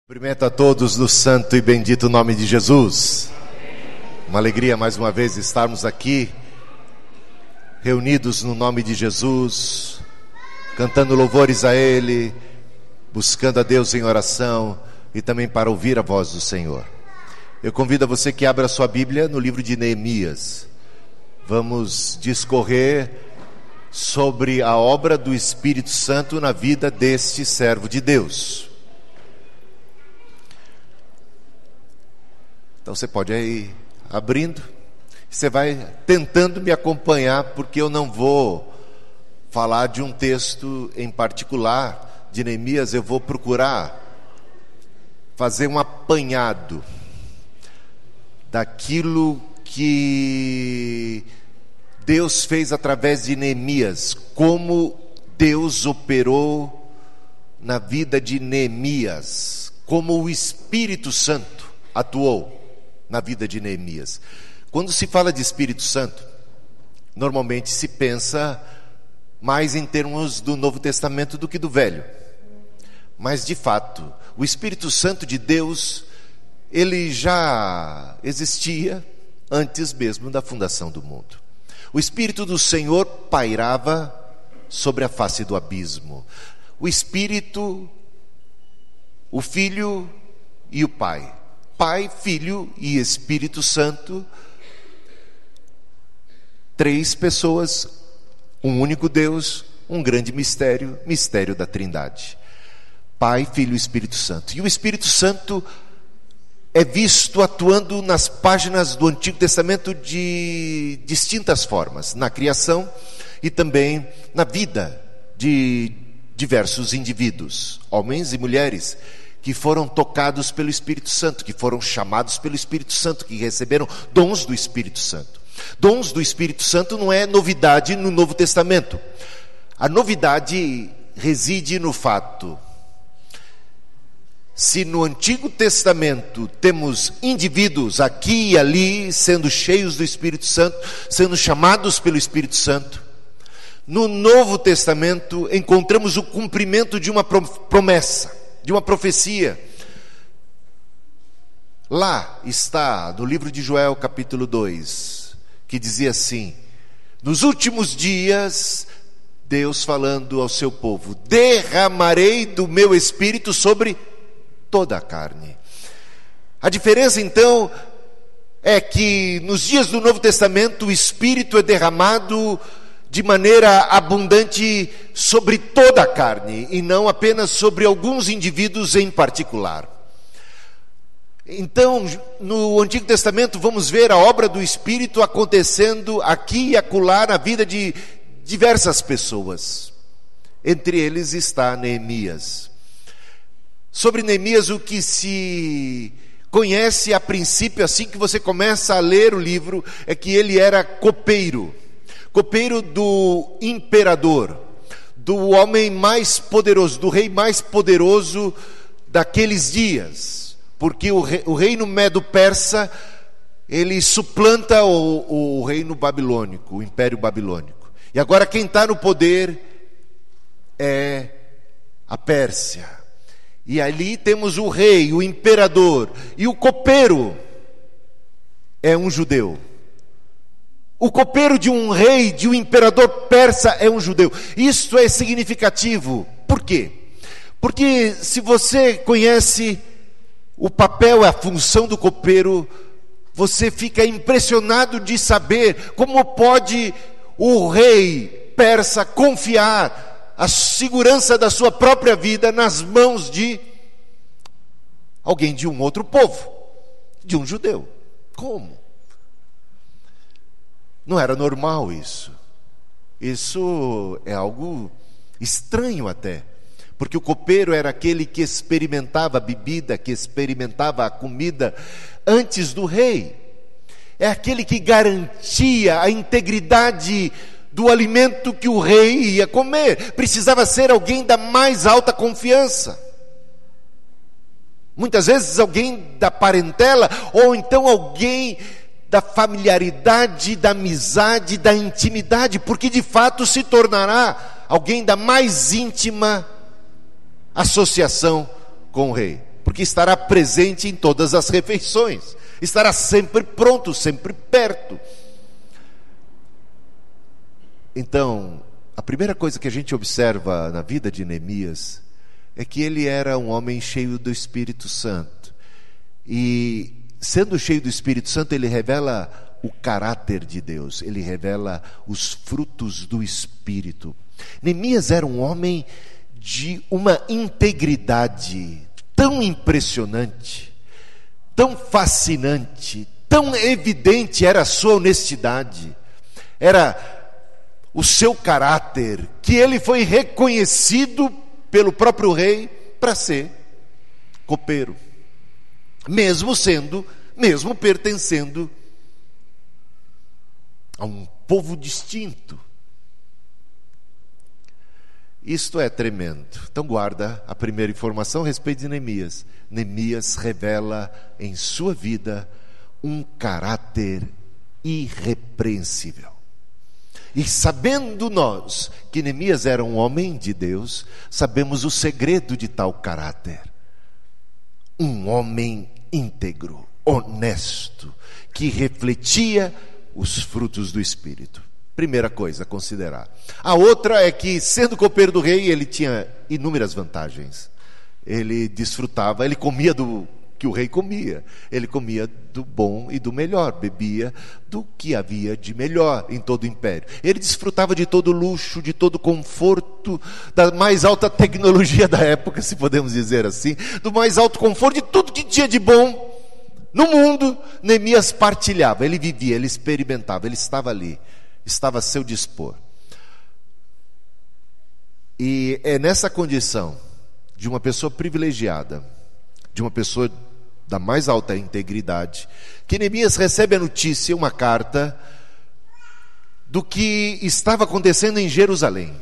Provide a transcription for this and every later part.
Cumprimento a todos no santo e bendito nome de Jesus. Uma alegria mais uma vez estarmos aqui, reunidos no nome de Jesus, cantando louvores a Ele, buscando a Deus em oração e também para ouvir a voz do Senhor. Eu convido a você que abra a sua Bíblia no livro de Neemias. Vamos discorrer sobre a obra do Espírito Santo na vida deste servo de Deus. Então você pode ir abrindo, você vai tentando me acompanhar, porque eu não vou falar de um texto em particular de Neemias, eu vou procurar fazer um apanhado daquilo que Deus fez através de Neemias, como Deus operou na vida de Neemias, como o Espírito Santo atuou na vida de Neemias. Quando se fala de Espírito Santo, normalmente se pensa mais em termos do Novo Testamento do que do Velho. Mas de fato, o Espírito Santo de Deus, ele já existia antes mesmo da fundação do mundo. O Espírito do Senhor pairava sobre a face do abismo. O Espírito, o Filho e o Pai. Pai, Filho e Espírito Santo, três pessoas, um único Deus, um grande mistério, mistério da Trindade. Pai, Filho e Espírito Santo. E o Espírito Santo é visto atuando nas páginas do Antigo Testamento de distintas formas, na criação e também na vida de diversos indivíduos, homens e mulheres, que foram tocados pelo Espírito Santo, que foram chamados pelo Espírito Santo, que receberam dons do Espírito Santo. Dons do Espírito Santo não é novidade no Novo Testamento. A novidade reside no fato: se no Antigo Testamento temos indivíduos aqui e ali sendo cheios do Espírito Santo, sendo chamados pelo Espírito Santo, no Novo Testamento encontramos o cumprimento de uma promessa, de uma profecia. Lá está, no livro de Joel, capítulo 2, que dizia assim: nos últimos dias, Deus falando ao seu povo, derramarei do meu Espírito sobre toda a carne. A diferença então é que nos dias do Novo Testamento o Espírito é derramado de maneira abundante sobre toda a carne e não apenas sobre alguns indivíduos em particular. Então, no Antigo Testamento vamos ver a obra do Espírito acontecendo aqui e acolá na vida de diversas pessoas. Entre eles está Neemias. Sobre Neemias, o que se conhece a princípio, assim que você começa a ler o livro, é que ele era copeiro do imperador, do homem mais poderoso, do rei mais poderoso daqueles dias, porque o reino medo-persa, ele suplanta o reino babilônico, o império babilônico. E agora quem está no poder é a Pérsia. E ali temos o rei, o imperador, e o copeiro é um judeu. O copeiro de um rei, de um imperador persa é um judeu. Isso é significativo. Por quê? Porque se você conhece o papel e a função do copeiro, você fica impressionado de saber como pode o rei persa confiar a segurança da sua própria vida nas mãos de alguém de um outro povo, de um judeu. Como? Não era normal isso. Isso é algo estranho até, porque o copeiro era aquele que experimentava a bebida, que experimentava a comida antes do rei. É aquele que garantia a integridade do alimento que o rei ia comer. Precisava ser alguém da mais alta confiança. Muitas vezes alguém da parentela, ou então alguém da familiaridade, da amizade, da intimidade, porque de fato se tornará alguém da mais íntima associação com o rei. porque estará presente em todas as refeições, estará sempre pronto, sempre perto. Então, a primeira coisa que a gente observa na vida de Neemias é que ele era um homem cheio do Espírito Santo. E, sendo cheio do Espírito Santo, ele revela o caráter de Deus, ele revela os frutos do Espírito. Neemias era um homem de uma integridade tão impressionante, tão fascinante, tão evidente era a sua honestidade, era o seu caráter, que ele foi reconhecido pelo próprio rei para ser copeiro, mesmo pertencendo a um povo distinto. Isto é tremendo. Então guarda a primeira informação a respeito de Neemias. Neemias revela em sua vida um caráter irrepreensível. E sabendo nós que Neemias era um homem de Deus, sabemos o segredo de tal caráter. Um homem íntegro, honesto, que refletia os frutos do Espírito. Primeira coisa a considerar. A outra é que, sendo copeiro do rei, ele tinha inúmeras vantagens. Ele desfrutava, ele comia do que o rei comia. Ele comia do bom e do melhor, bebia do que havia de melhor em todo o império. Ele desfrutava de todo o luxo, de todo o conforto, da mais alta tecnologia da época, se podemos dizer assim, do mais alto conforto, de tudo que tinha de bom no mundo. Neemias partilhava, ele vivia, ele experimentava, ele estava ali, estava a seu dispor. E é nessa condição de uma pessoa privilegiada, de uma pessoa da mais alta integridade, que Neemias recebe a notícia, uma carta, do que estava acontecendo em Jerusalém.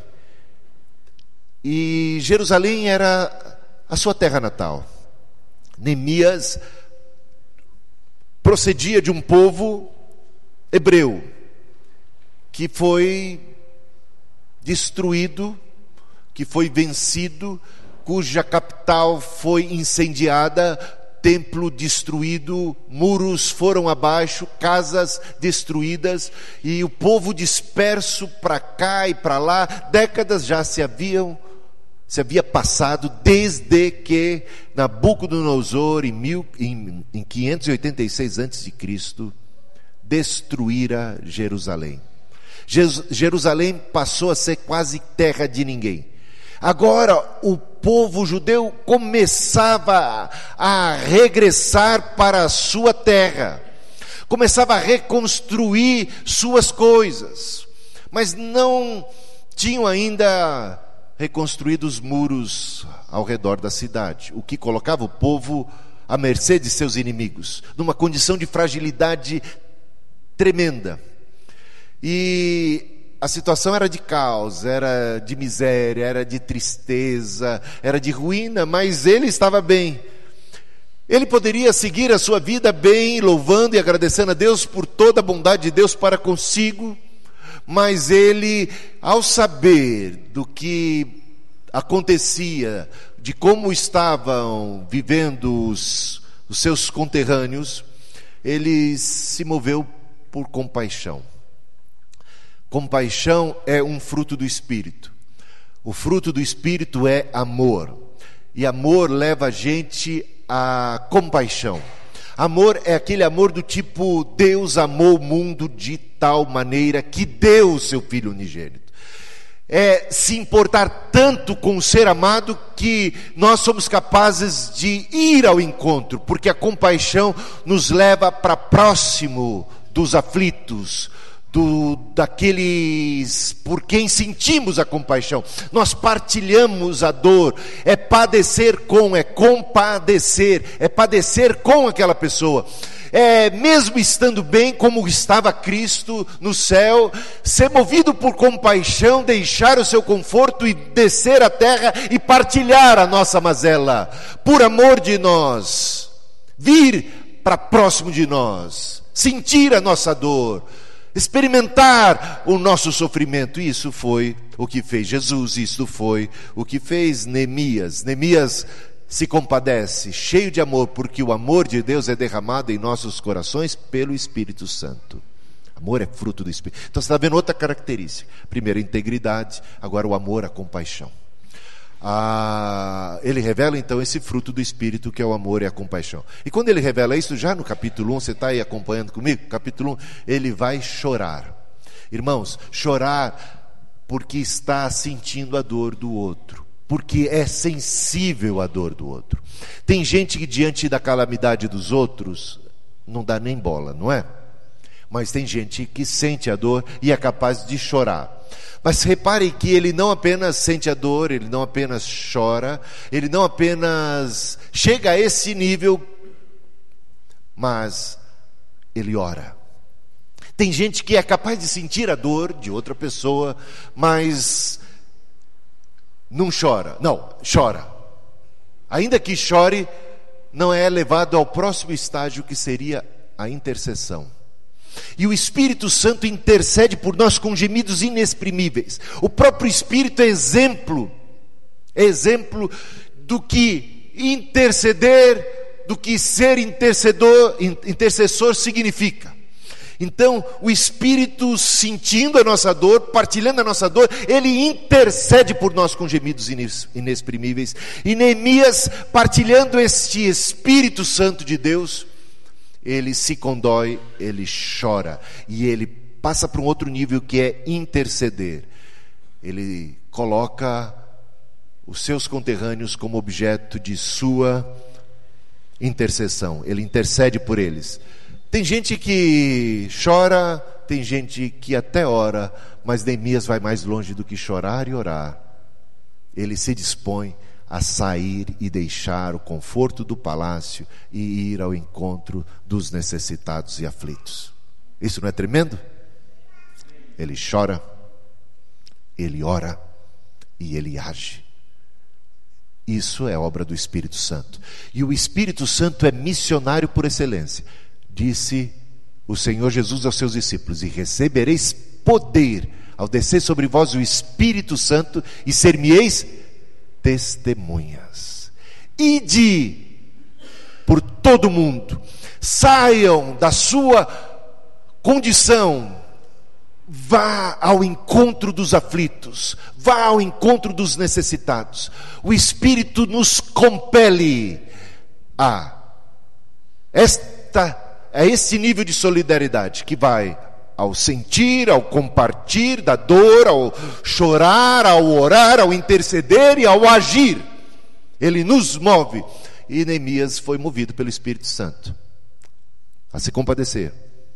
E Jerusalém era a sua terra natal. Neemias procedia de um povo hebreu, que foi destruído, que foi vencido, cuja capital foi incendiada, templo destruído, muros foram abaixo, casas destruídas, e o povo disperso para cá e para lá. Décadas já se havia passado desde que Nabucodonosor, em 586 a.C., destruíra Jerusalém. Jerusalém passou a ser quase terra de ninguém. Agora o povo judeu começava a regressar para a sua terra, começava a reconstruir suas coisas, mas não tinham ainda reconstruído os muros ao redor da cidade, o que colocava o povo à mercê de seus inimigos, numa condição de fragilidade tremenda. E a situação era de caos, era de miséria, era de tristeza, era de ruína, mas ele estava bem. Ele poderia seguir a sua vida bem, louvando e agradecendo a Deus por toda a bondade de Deus para consigo, mas ele, ao saber do que acontecia, de como estavam vivendo os seus conterrâneos, ele se moveu por compaixão. Compaixão é um fruto do Espírito. O fruto do Espírito é amor. E amor leva a gente a compaixão. Amor é aquele amor do tipo: Deus amou o mundo de tal maneira que deu o seu Filho unigênito. É se importar tanto com o ser amado que nós somos capazes de ir ao encontro, porque a compaixão nos leva para próximo dos aflitos, daqueles por quem sentimos a compaixão. Nós partilhamos a dor, é padecer com aquela pessoa. Mesmo estando bem, como estava Cristo no céu, ser movido por compaixão, deixar o seu conforto e descer à terra e partilhar a nossa mazela, por amor de nós, vir para próximo de nós, sentir a nossa dor, experimentar o nosso sofrimento. Isso foi o que fez Jesus, isso foi o que fez Neemias. Neemias se compadece, cheio de amor, porque o amor de Deus é derramado em nossos corações pelo Espírito Santo. Amor é fruto do Espírito. Então você está vendo outra característica. Primeiro a integridade, agora o amor, a compaixão. Ele revela então esse fruto do Espírito, que é o amor e a compaixão. E quando ele revela isso, já no capítulo 1, você está aí acompanhando comigo? Capítulo 1, ele vai chorar. Irmãos, chorar porque está sentindo a dor do outro, porque é sensível à dor do outro. Tem gente que diante da calamidade dos outros não dá nem bola, não é? Mas tem gente que sente a dor e é capaz de chorar. Mas repare que ele não apenas sente a dor, ele não apenas chora, ele não apenas chega a esse nível, mas ele ora. Tem gente que é capaz de sentir a dor de outra pessoa, mas não chora. Não, chora. Ainda que chore, não é levado ao próximo estágio, que seria a intercessão. E o Espírito Santo intercede por nós com gemidos inexprimíveis. O próprio Espírito é exemplo do que interceder, do que ser intercessor significa. Então, o Espírito, sentindo a nossa dor, partilhando a nossa dor, ele intercede por nós com gemidos inexprimíveis. E Neemias, partilhando este Espírito Santo de Deus, ele se condói, ele chora, e ele passa para um outro nível, que é interceder. Ele coloca os seus conterrâneos como objeto de sua intercessão. Ele intercede por eles. Tem gente que chora, tem gente que até ora, mas Neemias vai mais longe do que chorar e orar. Ele se dispõe a sair e deixar o conforto do palácio e ir ao encontro dos necessitados e aflitos. Isso não é tremendo? Ele chora, ele ora e ele age. Isso é obra do Espírito Santo. E o Espírito Santo é missionário por excelência. Disse o Senhor Jesus aos seus discípulos: e recebereis poder ao descer sobre vós o Espírito Santo, e ser-me-eis testemunhas. Ide por todo o mundo, saiam da sua condição, vá ao encontro dos aflitos, vá ao encontro dos necessitados. O Espírito nos compele a esse nível de solidariedade, que vai ao sentir, ao compartilhar da dor, ao chorar, ao orar, ao interceder e ao agir. Ele nos move. E Neemias foi movido pelo Espírito Santo a se compadecer,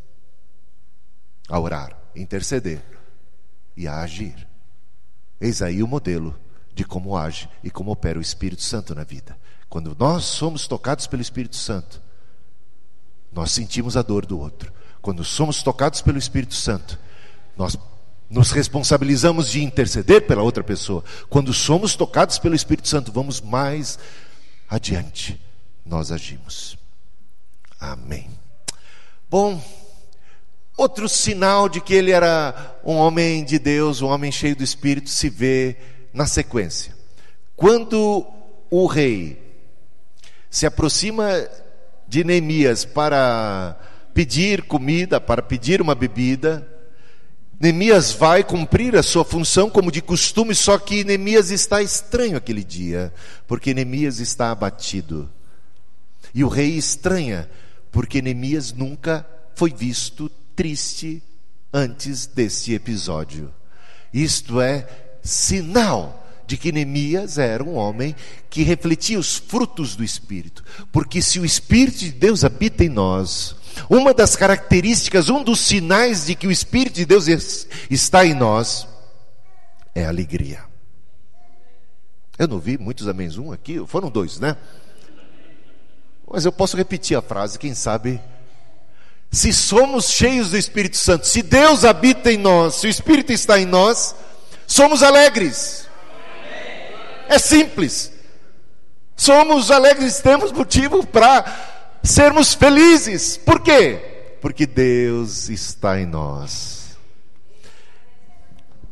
a orar, interceder e a agir. Eis aí o modelo de como age e como opera o Espírito Santo na vida. Quando nós somos tocados pelo Espírito Santo, nós sentimos a dor do outro. Quando somos tocados pelo Espírito Santo, nós nos responsabilizamos de interceder pela outra pessoa. Quando somos tocados pelo Espírito Santo, vamos mais adiante, nós agimos. Amém. Bom, outro sinal de que ele era um homem de Deus, um homem cheio do Espírito, se vê na sequência. Quando o rei se aproxima de Neemias para pedir comida, para pedir uma bebida, Neemias vai cumprir a sua função como de costume, só que Neemias está estranho aquele dia, porque Neemias está abatido. E o rei estranha, porque Neemias nunca foi visto triste antes desse episódio. Isto é sinal de que Neemias era um homem que refletia os frutos do Espírito. Porque se o Espírito de Deus habita em nós, uma das características, um dos sinais de que o Espírito de Deus está em nós, é a alegria. Eu não vi muitos améns aqui, foram 2, né? Mas eu posso repetir a frase, quem sabe. Se somos cheios do Espírito Santo, se Deus habita em nós, se o Espírito está em nós, somos alegres. É simples. Somos alegres, temos motivo para sermos felizes. Por quê? Porque Deus está em nós.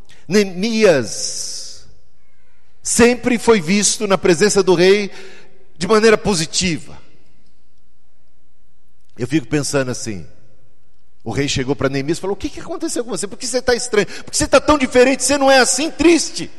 Neemias sempre foi visto na presença do rei de maneira positiva. Eu fico pensando assim, o rei chegou para Neemias e falou: o que aconteceu com você? Por que você está estranho? Por que você está tão diferente? Você não é assim, triste?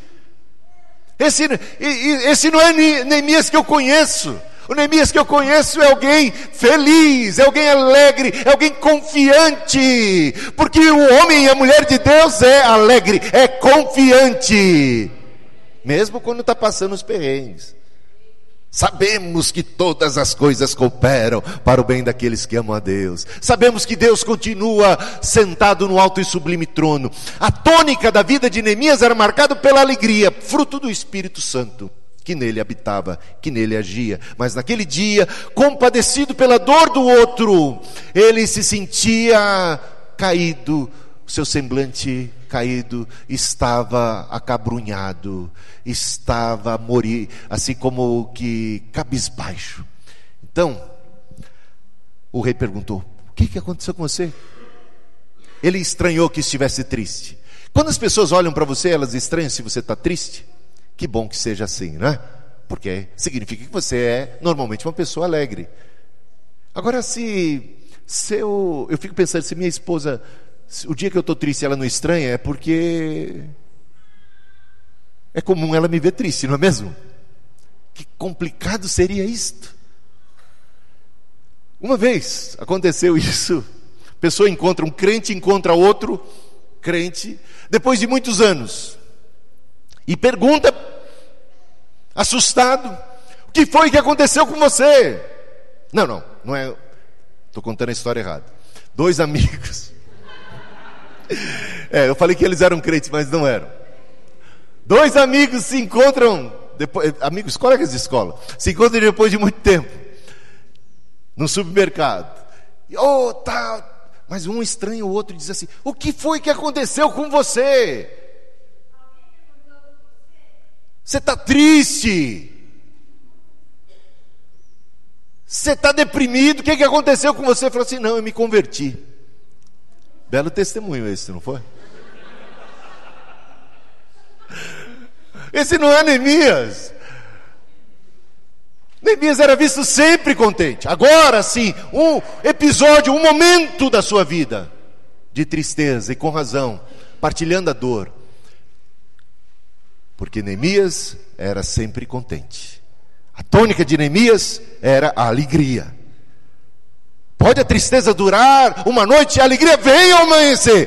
Esse não é Neemias que eu conheço. O Neemias que eu conheço é alguém feliz, é alguém alegre, é alguém confiante. Porque o homem e a mulher de Deus é alegre, é confiante, mesmo quando está passando os perrengues. Sabemos que todas as coisas cooperam para o bem daqueles que amam a Deus. Sabemos que Deus continua sentado no alto e sublime trono. A tônica da vida de Neemias era marcada pela alegria, fruto do Espírito Santo, que nele habitava, que nele agia. Mas naquele dia, compadecido pela dor do outro, ele se sentia caído, o seu semblante caído, estava acabrunhado, estava a morir, assim como que cabisbaixo. Então, o rei perguntou: o que aconteceu com você? Ele estranhou que estivesse triste. Quando as pessoas olham para você, elas estranham se você está triste. Que bom que seja assim, né? Porque significa que você é normalmente uma pessoa alegre. Agora, eu fico pensando, se minha esposa, o dia que eu estou triste, ela não estranha, é porque é comum ela me ver triste, não é mesmo? Que complicado seria isto. Uma vez aconteceu isso. A pessoa encontra um crente, encontra outro crente, depois de muitos anos, e pergunta, assustado: o que foi que aconteceu com você? Não é, estou contando a história errada. 2 amigos, eu falei que eles eram crentes, mas não eram. 2 amigos se encontram, amigos, colegas de escola, se encontram depois de muito tempo, no supermercado. Mas um estranha o outro e diz assim: o que foi que aconteceu com você? Você está triste? Você está deprimido? O que aconteceu com você? Ele falou assim: não, eu me converti. Belo testemunho esse, não foi? Esse não é Neemias. Neemias era visto sempre contente. Agora sim, um episódio, um momento da sua vida de tristeza, e com razão, partilhando a dor. Porque Neemias era sempre contente. A tônica de Neemias era a alegria. Pode a tristeza durar uma noite, a alegria vem ao amanhecer.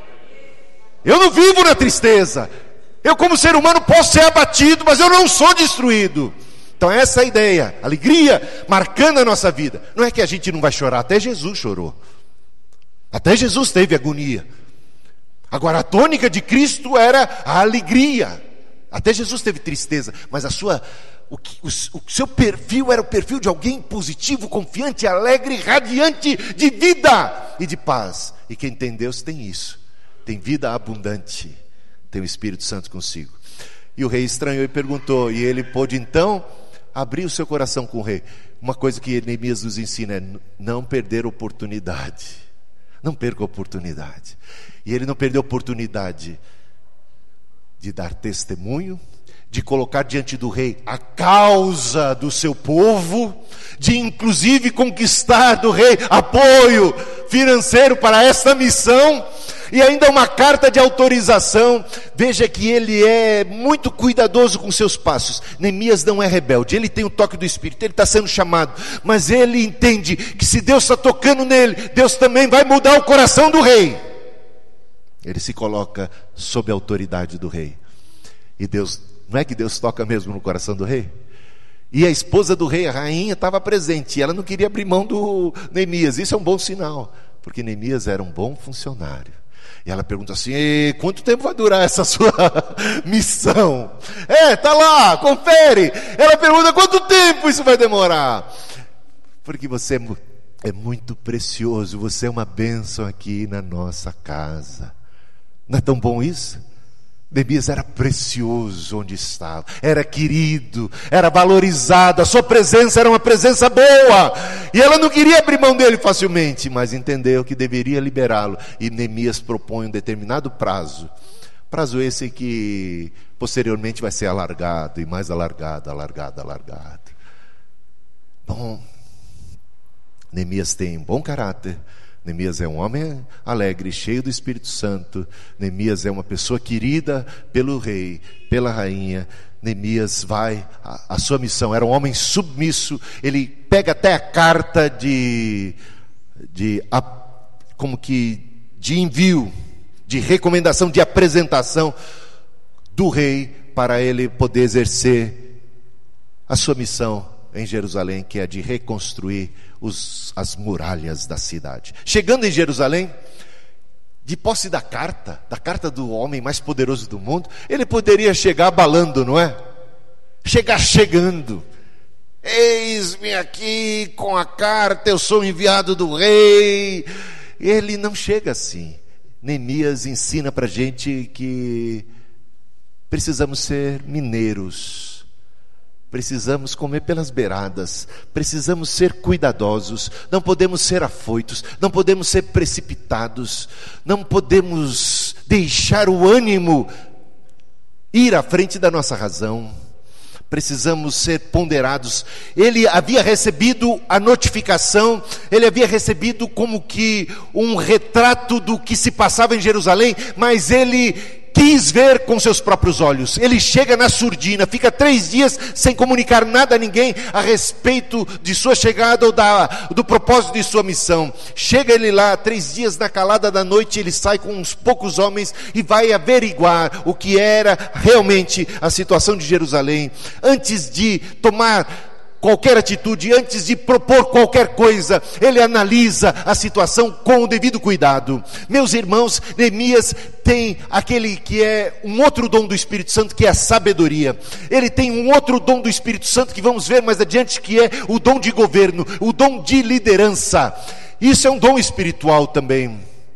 Eu não vivo na tristeza. Eu, como ser humano, posso ser abatido, mas eu não sou destruído. Então essa é a ideia, alegria marcando a nossa vida. Não é que a gente não vai chorar, até Jesus chorou. Até Jesus teve agonia. Agora a tônica de Cristo era a alegria. Até Jesus teve tristeza, mas o seu perfil era o perfil de alguém positivo, confiante, alegre, radiante de vida e de paz. E quem tem Deus tem isso, tem vida abundante, tem o Espírito Santo consigo. E o rei estranhou e perguntou, e ele pôde então abrir o seu coração com o rei. Uma coisa que Neemias nos ensina é não perder oportunidade. Não perca a oportunidade. E ele não perdeu a oportunidade de dar testemunho, de colocar diante do rei a causa do seu povo, de inclusive conquistar do rei apoio financeiro para esta missão, e ainda uma carta de autorização. Veja que ele é muito cuidadoso com seus passos. Neemias não é rebelde, ele tem o toque do Espírito, ele está sendo chamado, mas ele entende que se Deus está tocando nele, Deus também vai mudar o coração do rei. Ele se coloca sob a autoridade do rei. E Deus, não é que Deus toca mesmo no coração do rei? E a esposa do rei, a rainha, estava presente, e ela não queria abrir mão do Neemias. Isso é um bom sinal, porque Neemias era um bom funcionário. E ela pergunta assim: quanto tempo vai durar essa sua missão? Tá lá, confere. Ela pergunta: quanto tempo isso vai demorar? Porque você é muito precioso, você é uma bênção aqui na nossa casa. Não é tão bom isso? Neemias era precioso onde estava, era querido, era valorizado, a sua presença era uma presença boa, e ela não queria abrir mão dele facilmente, mas entendeu que deveria liberá-lo, e Neemias propõe um determinado prazo esse que posteriormente vai ser alargado, e mais alargado. Bom, Neemias tem bom caráter. Neemias é um homem alegre, cheio do Espírito Santo. Neemias é uma pessoa querida pelo rei, pela rainha. Neemias vai, a sua missão, era um homem submisso. Ele pega até a carta de envio, de recomendação, de apresentação do rei, para ele poder exercer a sua missão em Jerusalém, que é de reconstruir as muralhas da cidade. Chegando em Jerusalém, de posse da carta do homem mais poderoso do mundo, ele poderia chegar abalando, não é? Chegar chegando. Eis-me aqui com a carta, eu sou enviado do rei. Ele não chega assim. Neemias ensina para a gente que precisamos ser mineiros. Precisamos comer pelas beiradas, precisamos ser cuidadosos, não podemos ser afoitos, não podemos ser precipitados, não podemos deixar o ânimo ir à frente da nossa razão. Precisamos ser ponderados. Ele havia recebido a notificação, ele havia recebido como que um retrato do que se passava em Jerusalém, mas ele quis ver com seus próprios olhos. Ele chega na surdina, fica 3 dias sem comunicar nada a ninguém a respeito de sua chegada ou do propósito de sua missão. Chega ele lá, 3 dias na calada da noite, ele sai com uns poucos homens e vai averiguar o que era realmente a situação de Jerusalém. Antes de tomar qualquer atitude, antes de propor qualquer coisa, ele analisa a situação com o devido cuidado. Meus irmãos, Neemias tem aquele que é um outro dom do Espírito Santo, que é a sabedoria. Ele tem um outro dom do Espírito Santo, que vamos ver mais adiante, que é o dom de governo, o dom de liderança. Isso é um dom espiritual também.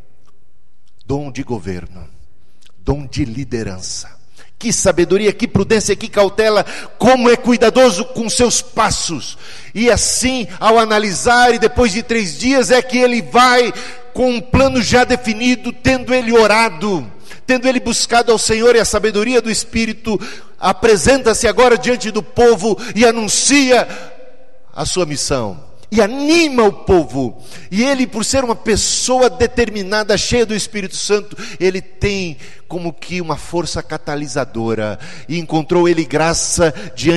Dom de governo, dom de liderança. Que sabedoria, que prudência, que cautela, como é cuidadoso com seus passos. E assim, ao analisar, e depois de 3 dias, é que ele vai com um plano já definido, tendo ele orado, tendo ele buscado ao Senhor, e a sabedoria do Espírito apresenta-se agora diante do povo e anuncia a sua missão. E anima o povo. E ele, por ser uma pessoa determinada, cheia do Espírito Santo, ele tem como que uma força catalisadora. E encontrou ele graça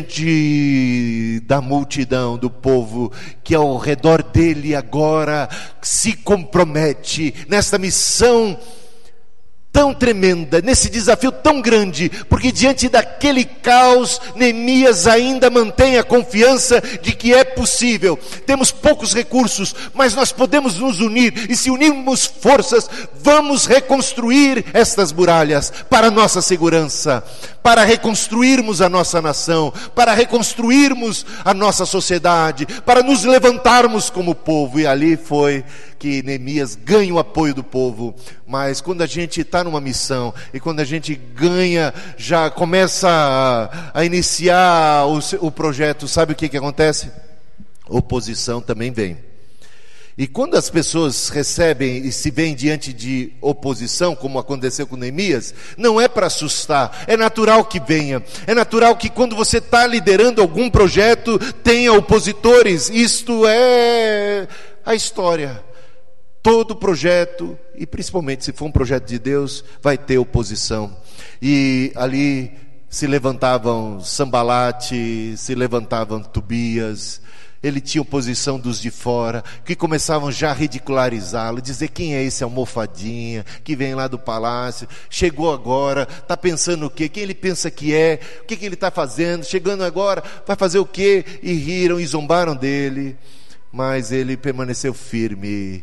diante da multidão, do povo, que ao redor dele agora se compromete nesta missão tão tremenda, nesse desafio tão grande, porque diante daquele caos, Neemias ainda mantém a confiança de que é possível. Temos poucos recursos, mas nós podemos nos unir, e se unirmos forças, vamos reconstruir estas muralhas para a nossa segurança, para reconstruirmos a nossa nação, para reconstruirmos a nossa sociedade, para nos levantarmos como povo. E ali foi que Neemias ganha o apoio do povo. Mas quando a gente está numa missão, e quando a gente ganha, já começa a iniciar o projeto, sabe o que acontece? Oposição também vem. E quando as pessoas recebem e se veem diante de oposição, como aconteceu com Neemias, não é para assustar, é natural que venha. É natural que quando você está liderando algum projeto, tenha opositores. Isto é a história. Todo projeto, e principalmente se for um projeto de Deus, vai ter oposição. E ali se levantavam Sambalate, se levantavam Tobias. Ele tinha oposição dos de fora, que começavam já a ridicularizá-lo, dizer: quem é esse almofadinha, que vem lá do palácio, chegou agora, está pensando o quê? Quem ele pensa que é? O que ele está fazendo? Chegando agora, vai fazer o quê? E riram e zombaram dele, mas ele permaneceu firme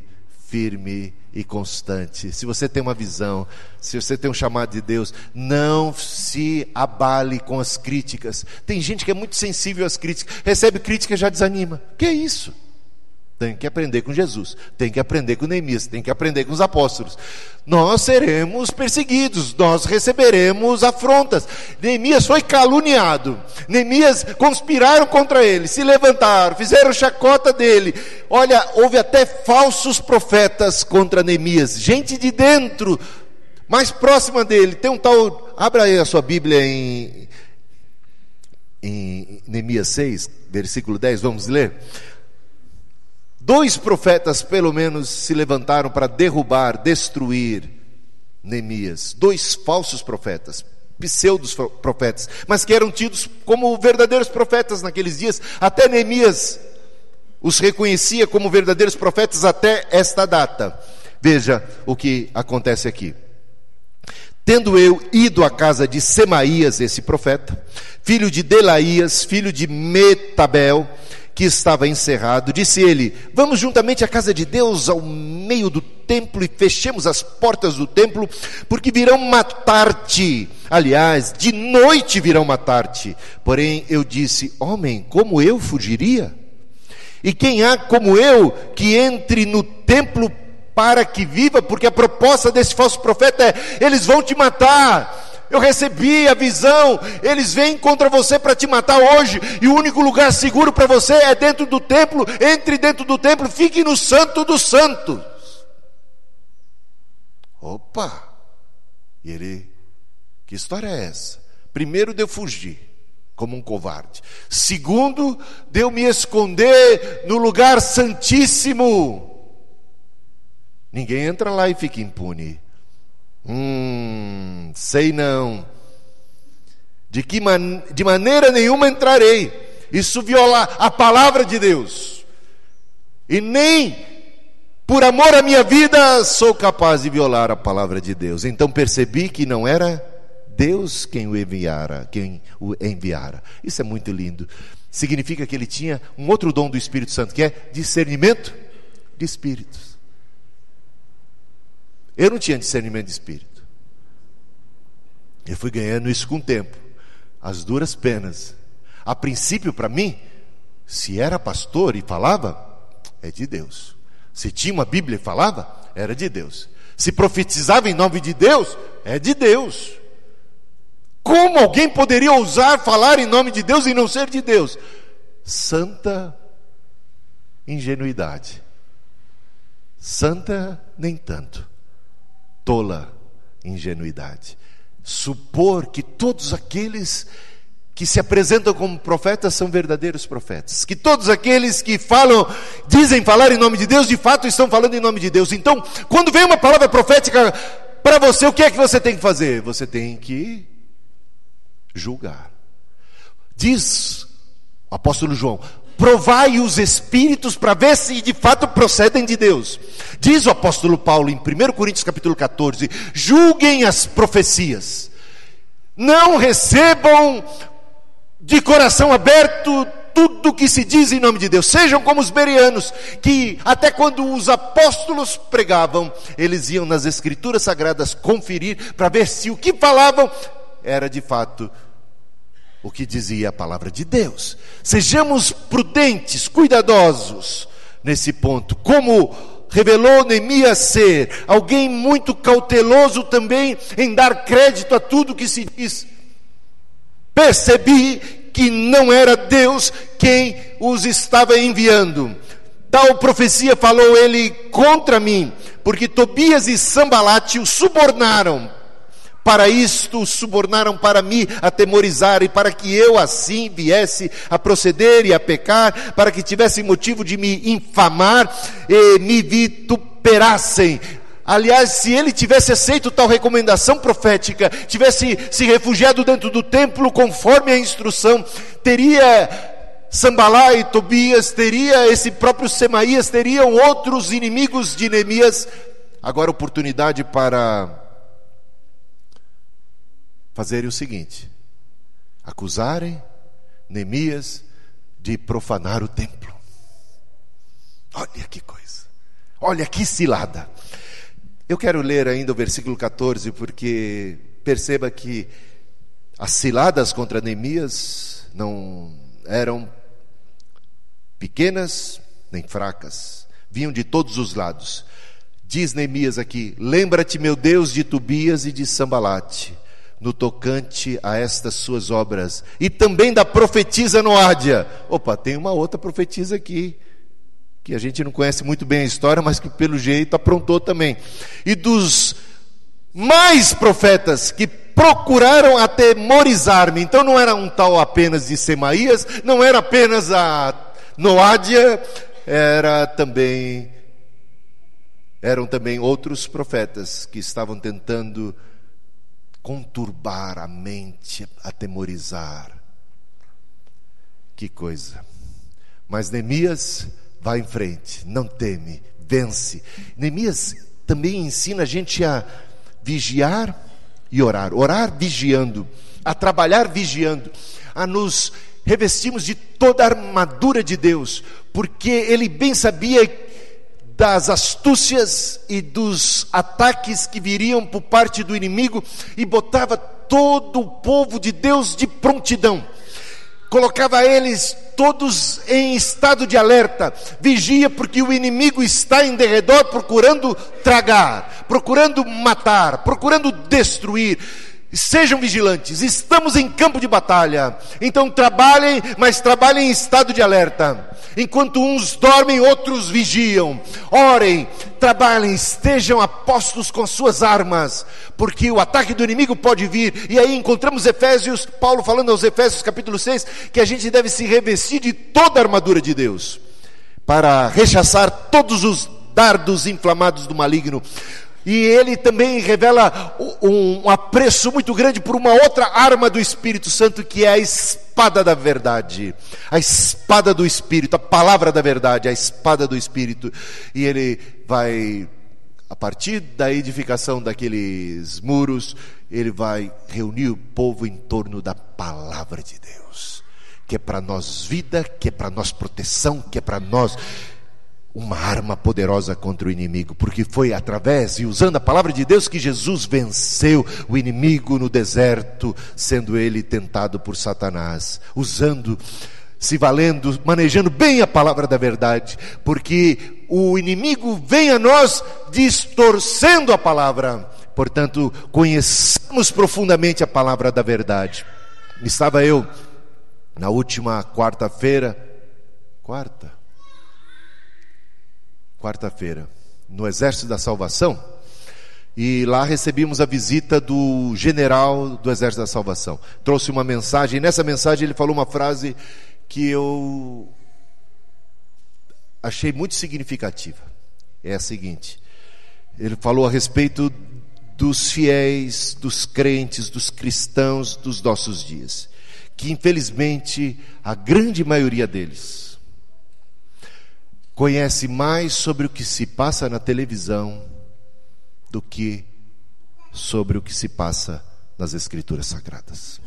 e constante. Se você tem uma visão, se você tem um chamado de Deus, não se abale com as críticas. Tem gente que é muito sensível às críticas, recebe crítica e já desanima. Que é isso? Tem que aprender com Jesus, tem que aprender com Neemias, tem que aprender com os apóstolos. Nós seremos perseguidos, nós receberemos afrontas. Neemias foi caluniado, Neemias conspiraram contra ele, se levantaram, fizeram chacota dele. Olha, houve até falsos profetas contra Neemias, gente de dentro, mais próxima dele. Tem um tal, abra aí a sua Bíblia em em Neemias 6, versículo 10, vamos ler? 2 profetas pelo menos se levantaram para derrubar, destruir Neemias. 2 falsos profetas, pseudos profetas, mas que eram tidos como verdadeiros profetas naqueles dias. Até Neemias os reconhecia como verdadeiros profetas até esta data. Veja o que acontece aqui. Tendo eu ido à casa de Semaías, esse profeta, filho de Delaías, filho de Metabel, que estava encerrado, disse ele: vamos juntamente à casa de Deus, ao meio do templo, e fechemos as portas do templo, porque virão matar-te. Aliás, de noite virão matar-te. Porém eu disse: homem, como eu fugiria? E quem há como eu que entre no templo para que viva? Porque a proposta desse falso profeta é: eles vão te matar. Eu recebi a visão, eles vêm contra você para te matar hoje, e o único lugar seguro para você é dentro do templo. Entre dentro do templo, fique no santo dos santos. Opa! E ele, que história é essa? Primeiro, de eu fugir como um covarde. Segundo, de eu me esconder no lugar santíssimo. Ninguém entra lá e fica impune. Sei não. De maneira nenhuma entrarei. Isso viola a palavra de Deus. E nem por amor à minha vida sou capaz de violar a palavra de Deus. Então percebi que não era Deus quem o enviara. Isso é muito lindo. Significa que ele tinha um outro dom do Espírito Santo, que é discernimento de espíritos. Eu não tinha discernimento de espírito. Eu fui ganhando isso com o tempo, às duras penas. A princípio, para mim, se era pastor e falava, é de Deus. Se tinha uma Bíblia e falava, era de Deus. Se profetizava em nome de Deus, é de Deus. Como alguém poderia ousar falar em nome de Deus e não ser de Deus? Santa ingenuidade. Santa nem tanto. Tola ingenuidade. Supor que todos aqueles que se apresentam como profetas são verdadeiros profetas, que todos aqueles que falam, dizem falar em nome de Deus, de fato estão falando em nome de Deus. Então, quando vem uma palavra profética para você, o que é que você tem que fazer? Você tem que julgar. Diz o apóstolo João: provai os espíritos para ver se de fato procedem de Deus. Diz o apóstolo Paulo em 1 Coríntios capítulo 14: julguem as profecias. Não recebam de coração aberto tudo que se diz em nome de Deus. Sejam como os bereanos, que até quando os apóstolos pregavam, eles iam nas escrituras sagradas conferir para ver se o que falavam era de fato o que dizia a palavra de Deus. Sejamos prudentes, cuidadosos nesse ponto. Como revelou Neemias ser alguém muito cauteloso também em dar crédito a tudo que se diz. Percebi que não era Deus quem os estava enviando. Tal profecia falou ele contra mim, porque Tobias e Sambalate o subornaram. Para isto subornaram para me atemorizar, e para que eu assim viesse a proceder e a pecar, para que tivessem motivo de me infamar e me vituperassem. Aliás, se ele tivesse aceito tal recomendação profética, tivesse se refugiado dentro do templo conforme a instrução, teria Sambalá e Tobias, teria esse próprio Semaías, teriam outros inimigos de Neemias agora oportunidade para fazerem o seguinte: acusarem Neemias de profanar o templo. Olha que coisa, olha que cilada. Eu quero ler ainda o versículo 14, porque perceba que as ciladas contra Neemias não eram pequenas nem fracas, vinham de todos os lados. Diz Neemias aqui: lembra-te, meu Deus, de Tobias e de Sambalate, no tocante a estas suas obras, e também da profetisa Noádia. Opa, tem uma outra profetisa aqui, que a gente não conhece muito bem a história, mas que pelo jeito aprontou também. E dos mais profetas que procuraram atemorizar-me. Então não era um tal apenas de Semaías, não era apenas a Noádia, eram também outros profetas que estavam tentando conturbar a mente, atemorizar. Que coisa. Mas Neemias vai em frente, não teme, vence. Neemias também ensina a gente a vigiar e orar. Orar vigiando, a trabalhar vigiando, a nos revestirmos de toda a armadura de Deus, porque ele bem sabia das astúcias e dos ataques que viriam por parte do inimigo, e botava todo o povo de Deus de prontidão, colocava eles todos em estado de alerta. Vigia, porque o inimigo está em derredor procurando tragar, procurando matar, procurando destruir. Sejam vigilantes, estamos em campo de batalha. Então trabalhem, mas trabalhem em estado de alerta. Enquanto uns dormem, outros vigiam. Orem, trabalhem, estejam apostos com suas armas, porque o ataque do inimigo pode vir. E aí encontramos Efésios, Paulo falando aos Efésios capítulo 6, que a gente deve se revestir de toda a armadura de Deus, para rechaçar todos os dardos inflamados do maligno. E ele também revela um apreço muito grande por uma outra arma do Espírito Santo, que é a espada da verdade, a espada do Espírito, a palavra da verdade, a espada do Espírito. E ele vai, a partir da edificação daqueles muros, ele vai reunir o povo em torno da palavra de Deus, que é para nós vida, que é para nós proteção, que é para nós uma arma poderosa contra o inimigo, porque foi através e usando a palavra de Deus que Jesus venceu o inimigo no deserto, sendo ele tentado por Satanás, usando, se valendo, manejando bem a palavra da verdade, porque o inimigo vem a nós distorcendo a palavra. Portanto, conheçamos profundamente a palavra da verdade. Estava eu na última quarta-feira, no Exército da Salvação, e lá recebemos a visita do general do Exército da Salvação. Trouxe uma mensagem, e nessa mensagem ele falou uma frase que eu achei muito significativa. É a seguinte: ele falou a respeito dos fiéis, dos crentes, dos cristãos dos nossos dias, que infelizmente a grande maioria deles conhece mais sobre o que se passa na televisão do que sobre o que se passa nas Escrituras Sagradas.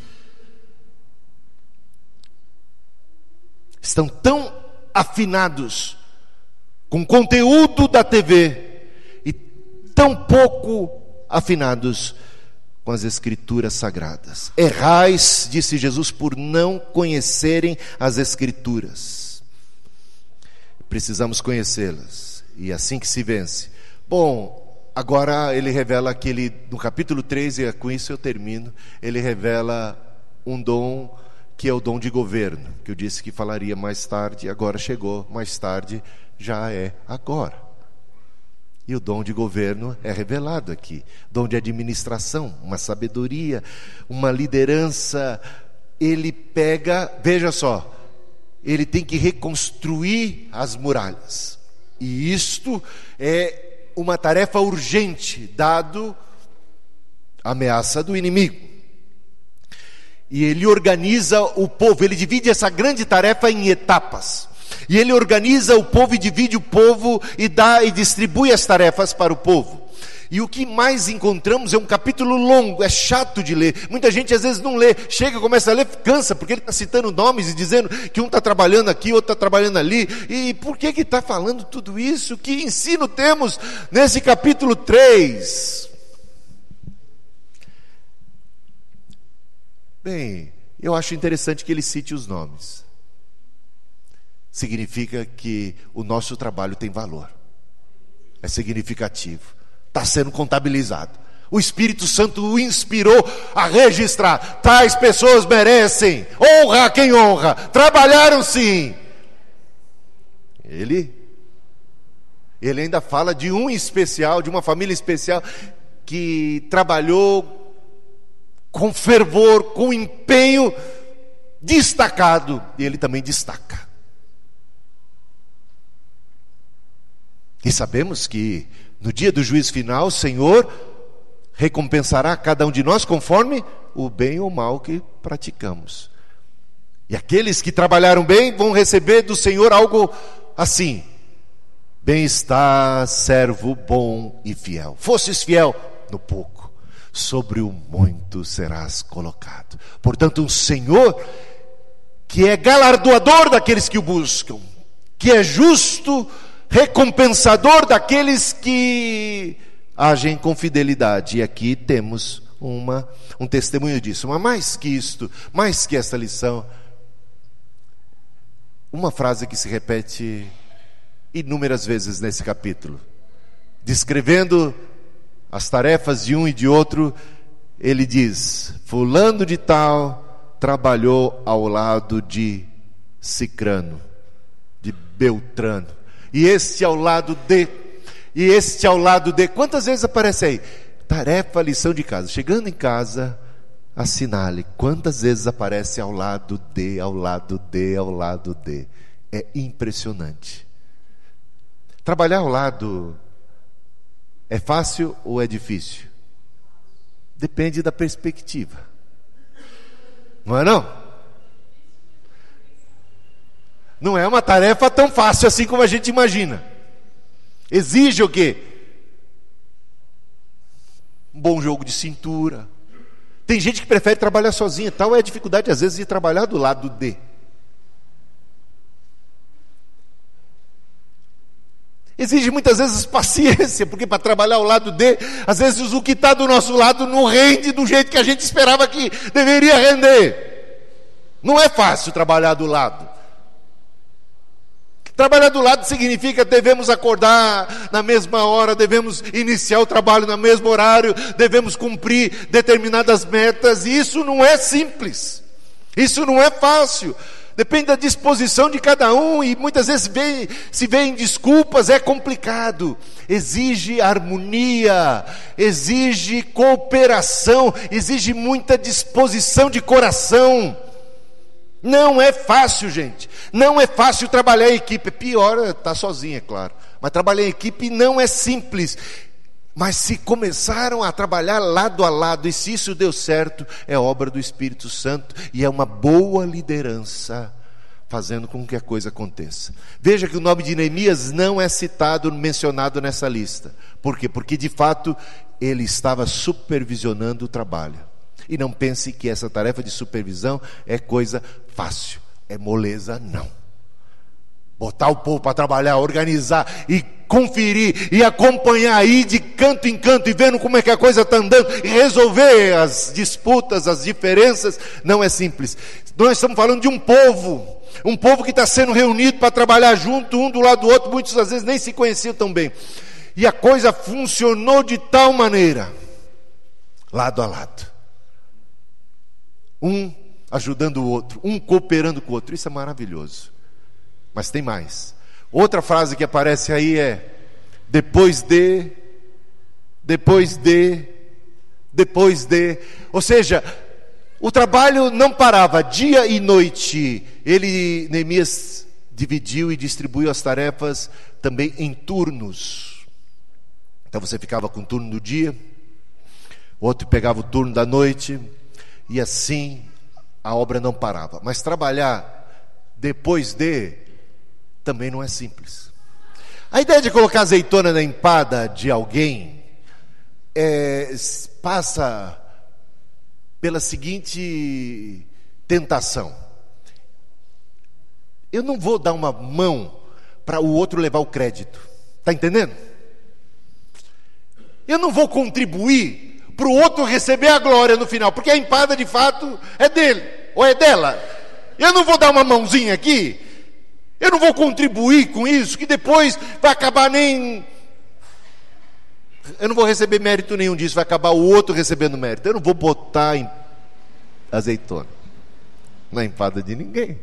Estão tão afinados com o conteúdo da TV e tão pouco afinados com as Escrituras Sagradas. Errais, disse Jesus, por não conhecerem as Escrituras. Precisamos conhecê-las, e assim que se vence. Bom, agora ele revela que ele, no capítulo 3, e com isso eu termino, ele revela um dom que é o dom de governo, que eu disse que falaria mais tarde, agora chegou, mais tarde já é agora. E o dom de governo é revelado aqui, dom de administração, uma sabedoria, uma liderança. Ele pega, veja só, ele tem que reconstruir as muralhas, e isto é uma tarefa urgente, dado a ameaça do inimigo. E ele organiza o povo, ele divide essa grande tarefa em etapas, e ele organiza o povo e divide o povo e dá e distribui as tarefas para o povo. E o que mais encontramos é um capítulo longo, é chato de ler. Muita gente às vezes não lê, chega, começa a ler, cansa, porque ele está citando nomes e dizendo que um está trabalhando aqui, outro está trabalhando ali. E por que está falando tudo isso? Que ensino temos nesse capítulo 3? Bem, eu acho interessante que ele cite os nomes. Significa que o nosso trabalho tem valor, é significativo. Está sendo contabilizado. O Espírito Santo o inspirou a registrar. Tais pessoas merecem honra a quem honra. Trabalharam sim. Ele ainda fala de um especial, de uma família especial que trabalhou com fervor, com empenho destacado, e ele também destaca. E sabemos que no dia do juízo final, o Senhor recompensará cada um de nós conforme o bem ou mal que praticamos. E aqueles que trabalharam bem vão receber do Senhor algo assim: bem está, servo bom e fiel. Fostes fiel no pouco, sobre o muito serás colocado. Portanto, um Senhor que é galardoador daqueles que o buscam, que é justo, recompensador daqueles que agem com fidelidade. E aqui temos um testemunho disso. Mas mais que isto, mais que esta lição, uma frase que se repete inúmeras vezes nesse capítulo, descrevendo as tarefas de um e de outro. Ele diz: fulano de tal trabalhou ao lado de Cicrano, de Beltrano, e este ao lado de, e este ao lado de. Quantas vezes aparece aí? Tarefa, lição de casa. Chegando em casa, assinale. Quantas vezes aparece ao lado de, ao lado de, ao lado de. É impressionante. Trabalhar ao lado é fácil ou é difícil? Depende da perspectiva. Não é não? Não é uma tarefa tão fácil assim como a gente imagina. Exige o quê? Um bom jogo de cintura. Tem gente que prefere trabalhar sozinha. Tal é a dificuldade às vezes de trabalhar do lado de. Exige muitas vezes paciência, porque para trabalhar ao lado de, às vezes o que está do nosso lado não rende do jeito que a gente esperava que deveria render. Não é fácil trabalhar do lado. Trabalhar do lado significa devemos acordar na mesma hora, devemos iniciar o trabalho no mesmo horário, devemos cumprir determinadas metas, e isso não é simples, isso não é fácil. Depende da disposição de cada um, e muitas vezes se vê em desculpas, é complicado. Exige harmonia, exige cooperação, exige muita disposição de coração. Não é fácil, gente. Não é fácil trabalhar em equipe. Pior é estar sozinho, é claro. Mas trabalhar em equipe não é simples. Mas se começaram a trabalhar lado a lado, e se isso deu certo, é obra do Espírito Santo, e é uma boa liderança fazendo com que a coisa aconteça. Veja que o nome de Neemias não é citado, mencionado nessa lista. Por quê? Porque de fato ele estava supervisionando o trabalho. E não pense que essa tarefa de supervisão é coisa fácil, é moleza, não. Botar o povo para trabalhar, organizar e conferir e acompanhar aí de canto em canto e vendo como é que a coisa está andando e resolver as disputas, as diferenças, não é simples. Nós estamos falando de um povo que está sendo reunido para trabalhar junto, um do lado do outro, muitas das vezes nem se conheciam tão bem. E a coisa funcionou de tal maneira, lado a lado. Um ajudando o outro, um cooperando com o outro, isso é maravilhoso. Mas tem mais. Outra frase que aparece aí é: depois de. Ou seja, o trabalho não parava, dia e noite. Neemias dividiu e distribuiu as tarefas também em turnos. Então você ficava com o turno do dia, o outro pegava o turno da noite, e assim a obra não parava. Mas trabalhar depois de também não é simples. A ideia de colocar azeitona na empada de alguém passa pela seguinte tentação: eu não vou dar uma mão para o outro levar o crédito, está entendendo? Eu não vou contribuir para o outro receber a glória no final, porque a empada de fato é dele ou é dela. Eu não vou dar uma mãozinha aqui, eu não vou contribuir com isso, que depois vai acabar eu não vou receber mérito nenhum disso, vai acabar o outro recebendo mérito. Eu não vou botar azeitona na empada de ninguém.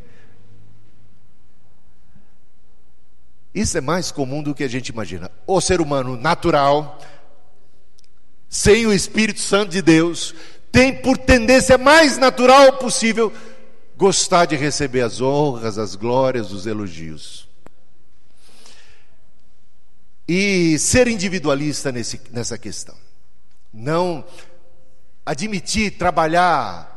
Isso é mais comum do que a gente imagina. O ser humano natural, sem o Espírito Santo de Deus, tem por tendência mais natural possível gostar de receber as honras, as glórias, os elogios. E ser individualista nessa questão. Não admitir trabalhar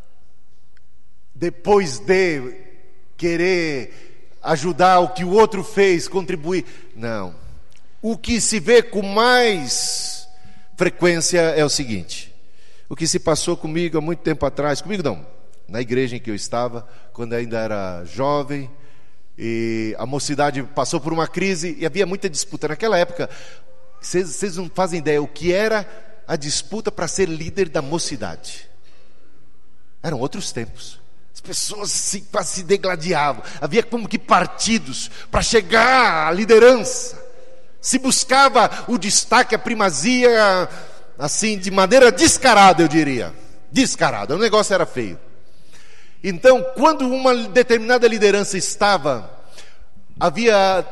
depois de querer ajudar o que o outro fez, contribuir. Não. O que se vê com mais frequência é o seguinte: o que se passou comigo há muito tempo atrás, comigo não, na igreja em que eu estava, quando ainda era jovem, e a mocidade passou por uma crise e havia muita disputa. Naquela época, vocês não fazem ideia o que era a disputa para ser líder da mocidade. Eram outros tempos. As pessoas se degladiavam. Havia como que partidos para chegar à liderança. Se buscava o destaque, a primazia, assim, de maneira descarada, eu diria. Descarada, o negócio era feio. Então, quando uma determinada liderança estava, havia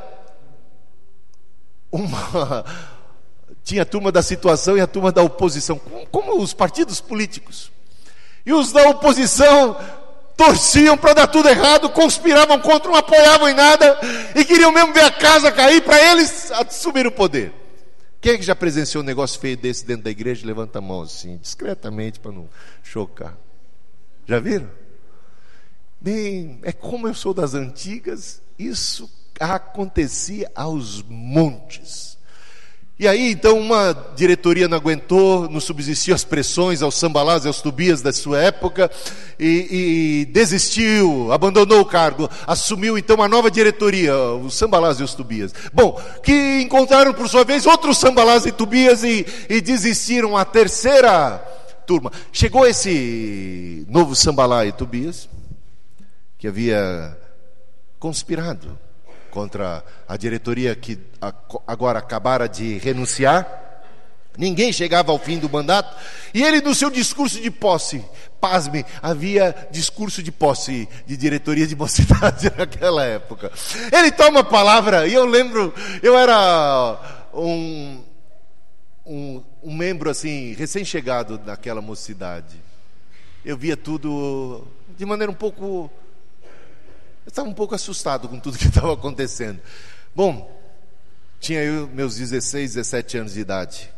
tinha a turma da situação e a turma da oposição, como os partidos políticos. E os da oposição torciam para dar tudo errado, conspiravam contra, não apoiavam em nada e queriam mesmo ver a casa cair para eles assumir o poder. Quem é que já presenciou um negócio feio desse dentro da igreja? Levanta a mão assim, discretamente, para não chocar. Já viram? Bem, é como eu sou das antigas, isso acontecia aos montes. E aí, então, uma diretoria não aguentou, não subsistiu as pressões aos Sambalás e aos Tobias da sua época, e desistiu, abandonou o cargo, assumiu então uma nova diretoria, os Sambalás e os Tobias. Bom, que encontraram por sua vez outros Sambalás e Tobias e desistiram. A terceira turma. Chegou esse novo Sambalá e Tobias, que havia conspirado contra a diretoria que agora acabara de renunciar. Ninguém chegava ao fim do mandato, e ele, no seu discurso de posse, pasme, havia discurso de posse de diretoria de mocidade naquela época. Ele toma a palavra, e eu lembro, eu era um membro assim, recém-chegado naquela mocidade. Eu via tudo de maneira um pouco... Eu estava um pouco assustado com tudo que estava acontecendo. Bom, tinha eu meus 16, 17 anos de idade.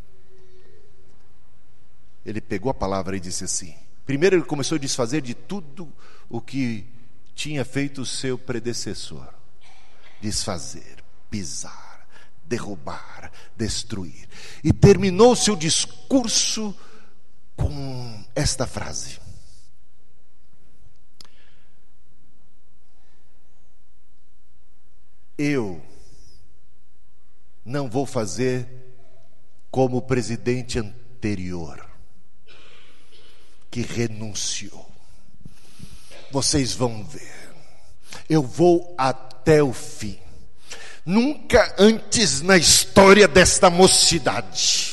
Ele pegou a palavra e disse assim. Primeiro ele começou a desfazer de tudo o que tinha feito o seu predecessor. Desfazer, pisar, derrubar, destruir. E terminou o seu discurso com esta frase: eu não vou fazer como o presidente anterior, que renunciou. Vocês vão ver. Eu vou até o fim. Nunca antes na história desta mocidade.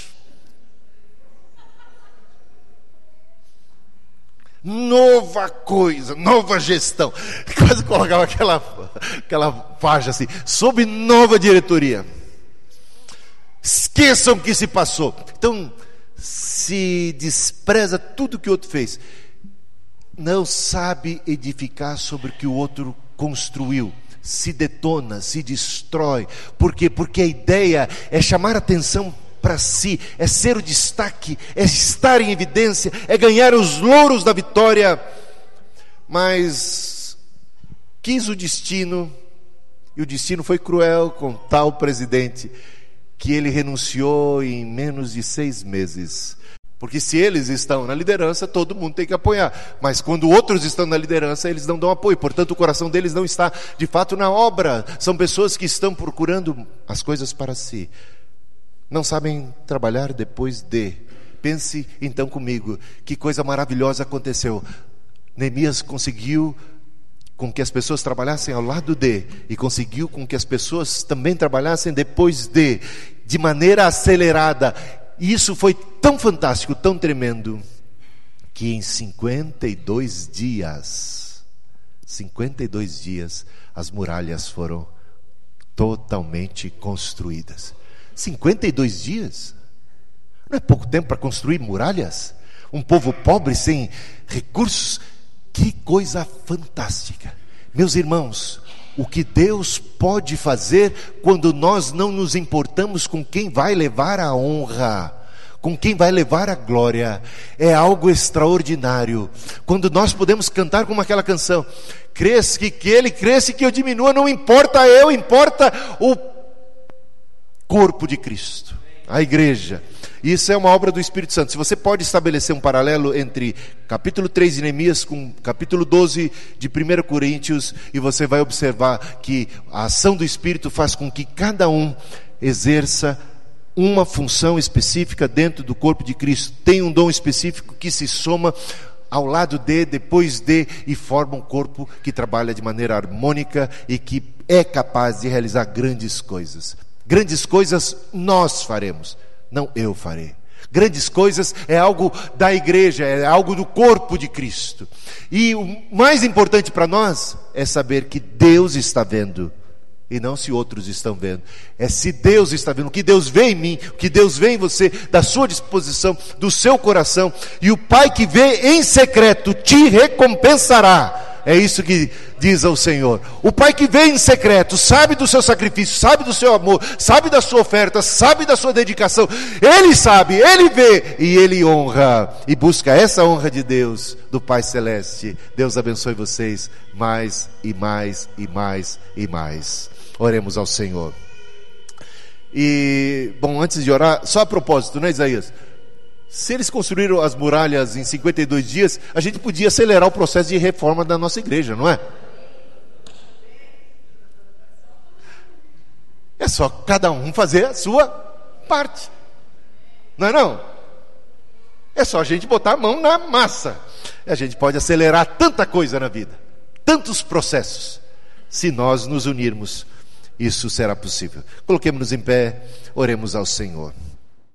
Nova coisa, nova gestão. Quase colocava aquela faixa assim, sob nova diretoria. Esqueçam o que se passou. Então, se despreza tudo que o outro fez. Não sabe edificar sobre o que o outro construiu. Se detona, se destrói. Por quê? Porque a ideia é chamar atenção para si, é ser o destaque, é estar em evidência, é ganhar os louros da vitória. Mas quis o destino, e o destino foi cruel com tal presidente, que ele renunciou em menos de 6 meses. Porque se eles estão na liderança, todo mundo tem que apoiar. Mas quando outros estão na liderança, eles não dão apoio. Portanto, o coração deles não está, de fato, na obra. São pessoas que estão procurando as coisas para si. Não sabem trabalhar depois de. Pense então comigo, que coisa maravilhosa aconteceu. Neemias conseguiu com que as pessoas trabalhassem ao lado de, e conseguiu com que as pessoas também trabalhassem depois de maneira acelerada. E isso foi tão fantástico, tão tremendo, que em 52 dias, as muralhas foram totalmente construídas. 52 dias? Não é pouco tempo para construir muralhas? Um povo pobre, sem recursos. Que coisa fantástica. Meus irmãos, o que Deus pode fazer quando nós não nos importamos com quem vai levar a honra, com quem vai levar a glória, é algo extraordinário. Quando nós podemos cantar como aquela canção: cresça que ele cresça e que eu diminua, não importa eu, importa o corpo de Cristo, a igreja. Isso é uma obra do Espírito Santo. Se você pode estabelecer um paralelo entre capítulo 3 de Neemias com capítulo 12 de 1 Coríntios, e você vai observar que a ação do Espírito faz com que cada um exerça uma função específica dentro do corpo de Cristo. Tem um dom específico que se soma ao lado de, depois de, e forma um corpo que trabalha de maneira harmônica e que é capaz de realizar grandes coisas. Grandes coisas nós faremos, não eu farei. Grandes coisas é algo da igreja, é algo do corpo de Cristo. E o mais importante para nós é saber que Deus está vendo, e não se outros estão vendo. É se Deus está vendo, o que Deus vê em mim, o que Deus vê em você, da sua disposição, do seu coração. E o Pai que vê em secreto te recompensará. É isso que diz ao Senhor. O Pai que vê em secreto, sabe do seu sacrifício, sabe do seu amor, sabe da sua oferta, sabe da sua dedicação. Ele sabe, Ele vê e Ele honra. E busca essa honra de Deus, do Pai Celeste. Deus abençoe vocês mais e mais e mais e mais. Oremos ao Senhor. E, bom, antes de orar, só a propósito, né, Isaías? Se eles construíram as muralhas em 52 dias, a gente podia acelerar o processo de reforma da nossa igreja, não é? É só cada um fazer a sua parte, não é não? É só a gente botar a mão na massa. A gente pode acelerar tanta coisa na vida, tantos processos. Se nós nos unirmos, isso será possível. Coloquemos-nos em pé, oremos ao Senhor.